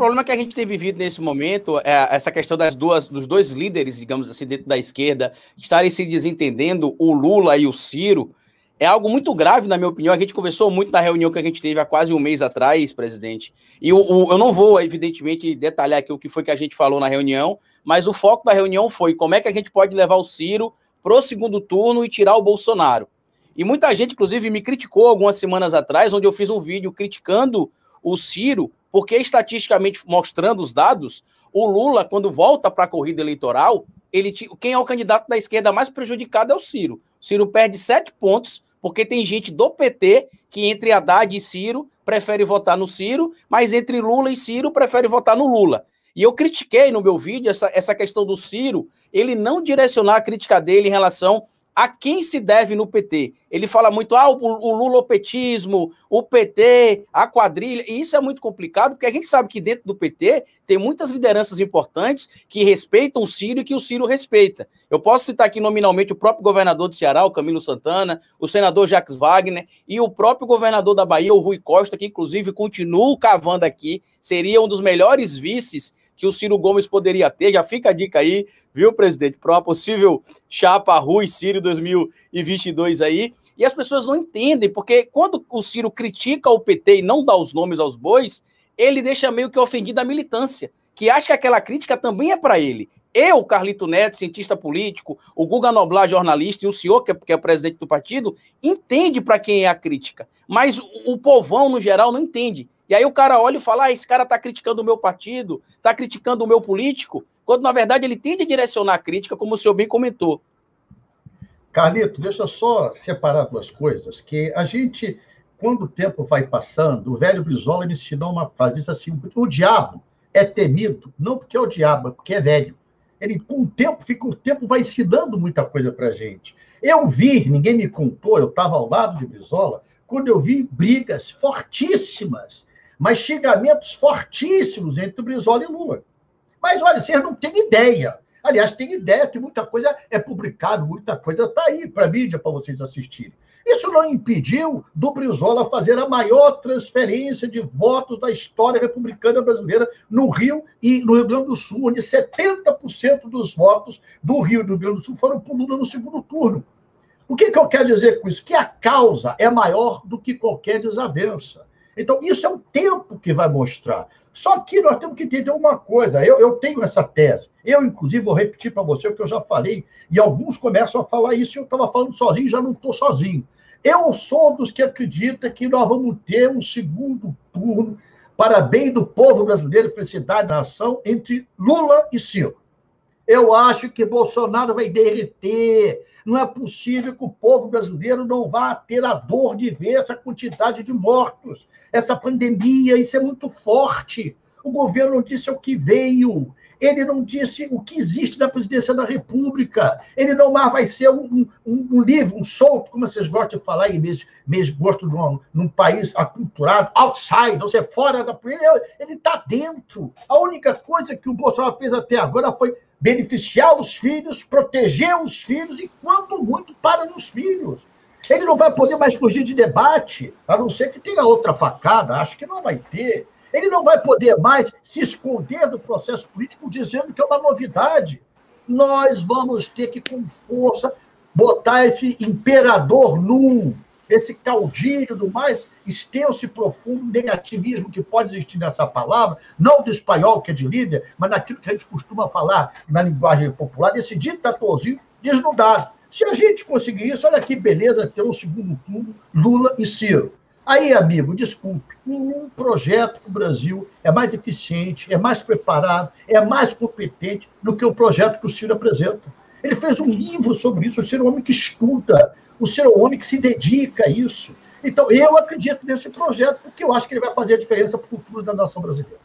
problema que a gente tem vivido nesse momento é essa questão dos dois líderes, digamos assim, dentro da esquerda, estarem se desentendendo, o Lula e o Ciro, é algo muito grave, na minha opinião. A gente conversou muito na reunião que a gente teve há quase um mês atrás, presidente, e eu não vou, evidentemente, detalhar aqui o que foi que a gente falou na reunião, mas o foco da reunião foi como é que a gente pode levar o Ciro para o segundo turno e tirar o Bolsonaro. E muita gente, inclusive, me criticou algumas semanas atrás, onde eu fiz um vídeo criticando o Ciro, porque estatisticamente, mostrando os dados, o Lula, quando volta para a corrida eleitoral, quem é o candidato da esquerda mais prejudicado é o Ciro. O Ciro perde 7 pontos, porque tem gente do PT que entre Haddad e Ciro prefere votar no Ciro, mas entre Lula e Ciro prefere votar no Lula. E eu critiquei no meu vídeo essa questão do Ciro, ele não direcionar a crítica dele em relação a quem se deve no PT. Ele fala muito, o lulopetismo, o PT, a quadrilha, e isso é muito complicado, porque a gente sabe que dentro do PT tem muitas lideranças importantes que respeitam o Ciro e que o Ciro respeita. Eu posso citar aqui nominalmente o próprio governador do Ceará, o Camilo Santana, o senador Jacques Wagner, e o próprio governador da Bahia, o Rui Costa, que inclusive continuo cavando aqui, seria um dos melhores vices que o Ciro Gomes poderia ter. Já fica a dica aí, viu, presidente, para uma possível chapa Rui Ciro 2022 aí. E as pessoas não entendem, porque quando o Ciro critica o PT e não dá os nomes aos bois, ele deixa meio que ofendido a militância, que acha que aquela crítica também é para ele. Eu, Carlito Neto, cientista político, o Guga Noblar, jornalista, e o senhor, que é presidente do partido, entende para quem é a crítica. Mas o povão, no geral, não entende. E aí o cara olha e fala, esse cara está criticando o meu partido, está criticando o meu político, quando, na verdade, ele tende a direcionar a crítica, como o senhor bem comentou. Carlito, deixa eu só separar duas coisas, que a gente, quando o tempo vai passando, o velho Brizola me ensinou uma frase, diz assim, o diabo é temido, não porque é o diabo, é porque é velho. Ele, com o tempo vai ensinando muita coisa para a gente. Eu vi, ninguém me contou, eu estava ao lado de Brizola, quando eu vi brigas fortíssimas, mas xingamentos fortíssimos entre Brizola e Lula. Mas, olha, vocês não têm ideia. Aliás, tem ideia que muita coisa é publicada, muita coisa está aí para a mídia, para vocês assistirem. Isso não impediu do Brizola fazer a maior transferência de votos da história republicana brasileira no Rio e no Rio Grande do Sul, onde 70% dos votos do Rio e do Rio Grande do Sul foram para o Lula no segundo turno. O que eu quero dizer com isso? Que a causa é maior do que qualquer desavença. Então, isso é o tempo que vai mostrar. Só que nós temos que entender uma coisa. Eu tenho essa tese. Eu, inclusive, vou repetir para você o que eu já falei, e alguns começam a falar isso, e eu estava falando sozinho, já não estou sozinho. Eu sou dos que acredita que nós vamos ter um segundo turno para bem do povo brasileiro, felicidade da nação, entre Lula e Ciro. Eu acho que Bolsonaro vai derreter. Não é possível que o povo brasileiro não vá ter a dor de ver essa quantidade de mortos, essa pandemia, isso é muito forte. O governo não disse o que veio, ele não disse o que existe na presidência da República, ele não mais vai ser um livre, um solto, como vocês gostam de falar, e mesmo gostam num país aculturado, outside, ou seja, fora da política, ele está dentro. A única coisa que o Bolsonaro fez até agora foi beneficiar os filhos, proteger os filhos e, quando muito, para nos filhos. Ele não vai poder mais fugir de debate, a não ser que tenha outra facada, acho que não vai ter. Ele não vai poder mais se esconder do processo político dizendo que é uma novidade. Nós vamos ter que, com força, botar esse imperador nu, esse caudilho do mais extenso e profundo negativismo que pode existir nessa palavra, não do espanhol, que é de líder, mas naquilo que a gente costuma falar na linguagem popular, desse ditatorzinho desnudado. Se a gente conseguir isso, olha que beleza ter um segundo turno, Lula e Ciro. Aí, amigo, desculpe, nenhum projeto para o Brasil é mais eficiente, é mais preparado, é mais competente do que o projeto que o Ciro apresenta. Ele fez um livro sobre isso, o Ciro é um homem que estuda, o Ciro é um homem que se dedica a isso. Então, eu acredito nesse projeto, porque eu acho que ele vai fazer a diferença para o futuro da nação brasileira.